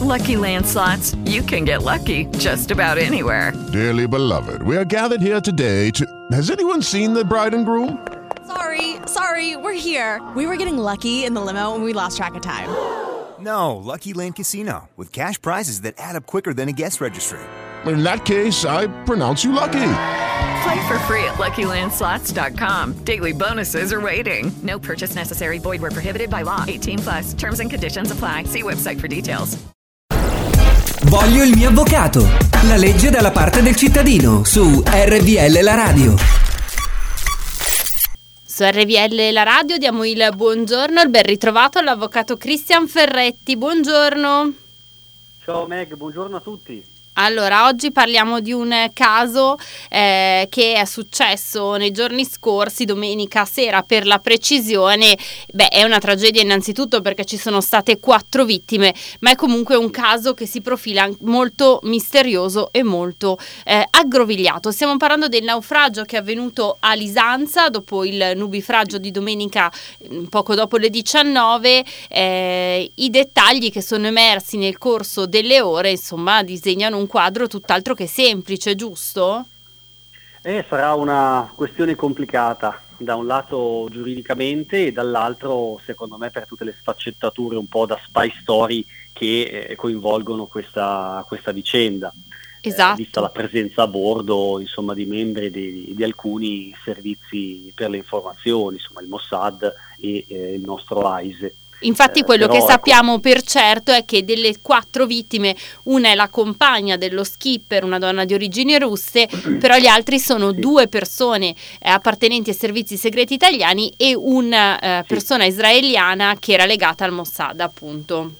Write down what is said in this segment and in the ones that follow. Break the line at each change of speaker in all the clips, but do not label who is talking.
Lucky Land Slots, you can get lucky just about anywhere.
Dearly beloved, we are gathered here today to... Has anyone seen the bride and groom?
Sorry, we're here. We were getting lucky in the limo and we lost track of time.
No, Lucky Land Casino, with cash prizes that add up quicker than a guest registry.
In that case, I pronounce you lucky.
Play for free at LuckyLandSlots.com. Daily bonuses are waiting. No purchase necessary. Void where prohibited by law. 18+. Terms and conditions apply. See website for details.
Voglio il mio avvocato. La legge dalla parte del cittadino su RVL La Radio.
Su RVL La Radio diamo il buongiorno, il ben ritrovato all'avvocato Cristian Ferretti. Buongiorno.
Ciao Meg, buongiorno a tutti.
Allora, oggi parliamo di un caso che è successo nei giorni scorsi, domenica sera per la precisione. È una tragedia innanzitutto perché ci sono state 4 vittime, ma è comunque un caso che si profila molto misterioso e molto aggrovigliato. Stiamo parlando del naufragio che è avvenuto a Lisanza dopo il nubifragio di domenica, poco dopo le 19. I dettagli che sono emersi nel corso delle ore, insomma, disegnano un quadro tutt'altro che semplice, giusto?
Sarà una questione complicata, da un lato giuridicamente e dall'altro, secondo me, per tutte le sfaccettature un po' da spy story che coinvolgono questa vicenda.
Esatto.
Vista la presenza a bordo, insomma, di membri di alcuni servizi per le informazioni, insomma il Mossad e il nostro AISE.
Infatti quello
però,
che sappiamo per certo è che delle 4 vittime una è la compagna dello skipper, una donna di origini russe, però gli altri sono 2 persone appartenenti ai servizi segreti italiani e una persona israeliana che era legata al Mossad, appunto.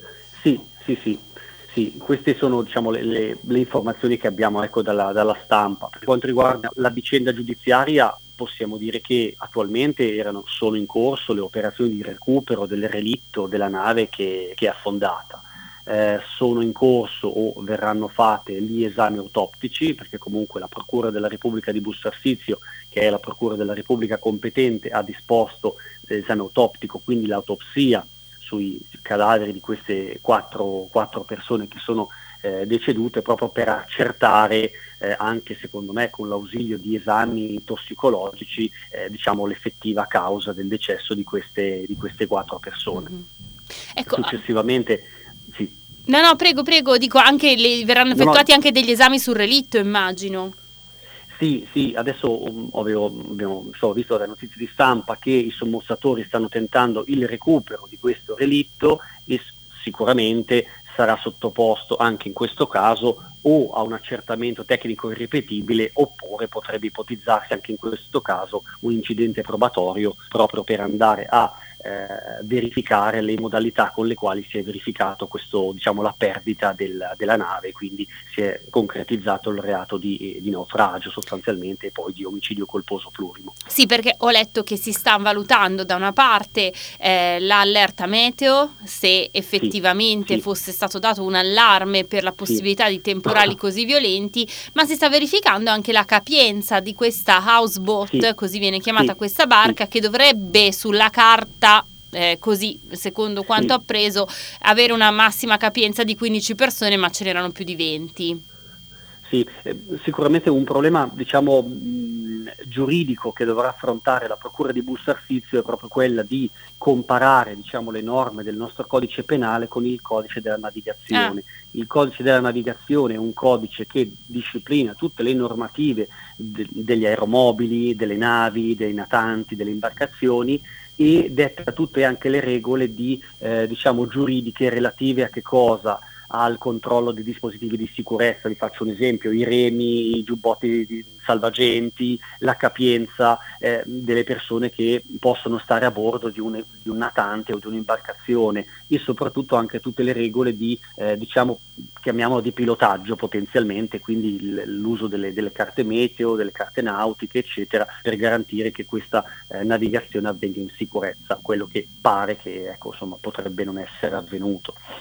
Sì, queste sono, diciamo, le informazioni che abbiamo, ecco, dalla stampa. Per quanto riguarda la vicenda giudiziaria, possiamo dire che attualmente sono in corso le operazioni di recupero del relitto della nave che è affondata. Sono in corso o verranno fatte gli esami autoptici, perché comunque la Procura della Repubblica di Busto Arsizio, che è la Procura della Repubblica competente, ha disposto l'esame autoptico, quindi l'autopsia sui cadaveri di queste quattro persone che sono decedute, proprio per accertare anche, secondo me, con l'ausilio di esami tossicologici, diciamo, l'effettiva causa del decesso di queste 4 persone.
Mm-hmm. Ecco,
successivamente sì.
No, prego, dico, anche verranno effettuati anche degli esami sul relitto, immagino.
Sì, adesso abbiamo visto dalle notizie di stampa che i sommozzatori stanno tentando il recupero di questo relitto e sicuramente sarà sottoposto anche in questo caso o a un accertamento tecnico irripetibile, oppure potrebbe ipotizzarsi anche in questo caso un incidente probatorio, proprio per andare a verificare le modalità con le quali si è verificato questo, diciamo, la perdita della nave, quindi si è concretizzato il reato di naufragio sostanzialmente, e poi di omicidio colposo plurimo.
Sì, perché ho letto che si sta valutando da una parte l'allerta meteo, se effettivamente fosse stato dato un allarme per la possibilità di temporali così violenti, ma si sta verificando anche la capienza di questa houseboat, così viene chiamata questa barca, che dovrebbe sulla carta, così secondo quanto appreso, avere una massima capienza di 15 persone, ma ce n'erano più di 20.
Sì, sicuramente un problema, diciamo, giuridico che dovrà affrontare la Procura di Busto Arsizio è proprio quella di comparare, diciamo, le norme del nostro codice penale con il codice della navigazione. Il codice della navigazione è un codice che disciplina tutte le normative degli aeromobili, delle navi, dei natanti, delle imbarcazioni, e detta tutte anche le regole diciamo, giuridiche relative a che cosa? Al controllo dei dispositivi di sicurezza. Vi faccio un esempio: i remi, i giubbotti salvagenti, la capienza delle persone che possono stare a bordo di un natante o di un'imbarcazione, e soprattutto anche tutte le regole di, diciamo, chiamiamolo di pilotaggio potenzialmente, quindi l'uso delle carte meteo, delle carte nautiche, eccetera, per garantire che questa navigazione avvenga in sicurezza, quello che pare che, ecco, insomma, potrebbe non essere avvenuto.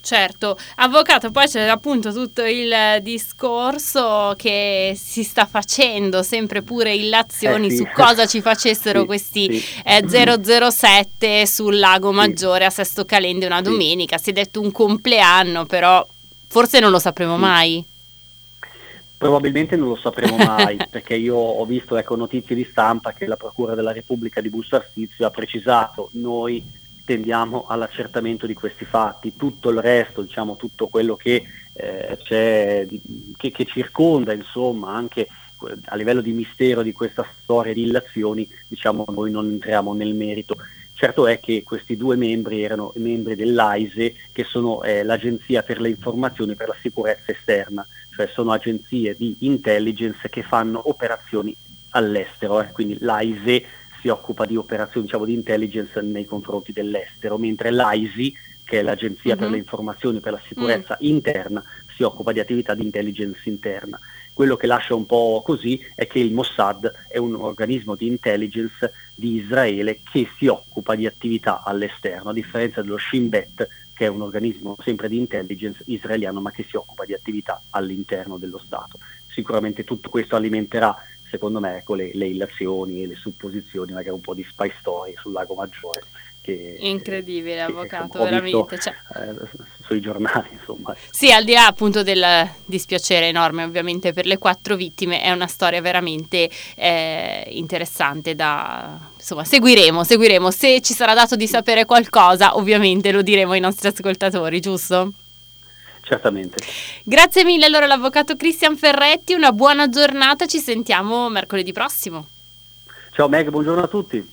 Certo, avvocato, poi c'è appunto tutto il discorso che si sta facendo, sempre pure illazioni su cosa ci facessero questi 007 sul Lago Maggiore a Sesto Calende una domenica. Si è detto un compleanno, però forse non lo sapremo mai.
Probabilmente non lo sapremo mai, perché io ho visto notizie di stampa che la Procura della Repubblica di Busto Arsizio ha precisato: noi tendiamo all'accertamento di questi fatti, tutto il resto, diciamo tutto quello che c'è, che circonda, insomma, anche a livello di mistero di questa storia di illazioni, diciamo noi non entriamo nel merito. Certo è che questi due membri erano membri dell'AISE, che sono l'Agenzia per le Informazioni per la Sicurezza Esterna, cioè sono agenzie di intelligence che fanno operazioni all'estero, quindi l'AISE si occupa di operazioni, diciamo, di intelligence nei confronti dell'estero, mentre l'AISI, che è l'Agenzia per le Informazioni per la Sicurezza Interna, si occupa di attività di intelligence interna. Quello che lascia un po' così è che il Mossad è un organismo di intelligence di Israele che si occupa di attività all'esterno, a differenza dello Shin Bet, che è un organismo sempre di intelligence israeliano, ma che si occupa di attività all'interno dello Stato. Sicuramente tutto questo alimenterà, secondo me, le illazioni e le supposizioni, magari un po' di spy story sul Lago Maggiore.
Incredibile, avvocato,
ho
veramente.
Visto, sui giornali, insomma.
Sì, al di là appunto del dispiacere enorme ovviamente per le 4 vittime, è una storia veramente interessante insomma, seguiremo. Se ci sarà dato di sapere qualcosa, ovviamente lo diremo ai nostri ascoltatori, giusto?
Certamente.
Grazie mille allora all'avvocato Cristian Ferretti, una buona giornata, ci sentiamo mercoledì prossimo.
Ciao Meg, buongiorno a tutti.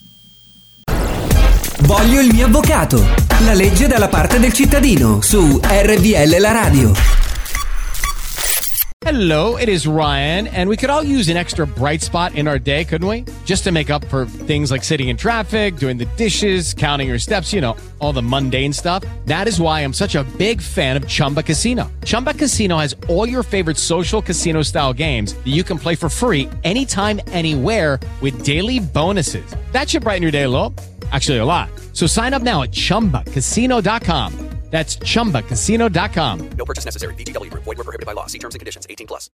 Voglio il mio avvocato. La legge dalla parte del cittadino su RVL La Radio.
Hello, it is Ryan, and we could all use an extra bright spot in our day, couldn't we? Just to make up for things like sitting in traffic, doing the dishes, counting your steps, all the mundane stuff. That is why I'm such a big fan of Chumba Casino. Chumba Casino has all your favorite social casino-style games that you can play for free anytime, anywhere with daily bonuses. That should brighten your day a little. Actually, a lot. So sign up now at ChumbaCasino.com. That's ChumbaCasino.com.
No purchase necessary. VGW Group. Void where prohibited by law. See terms and conditions. 18+.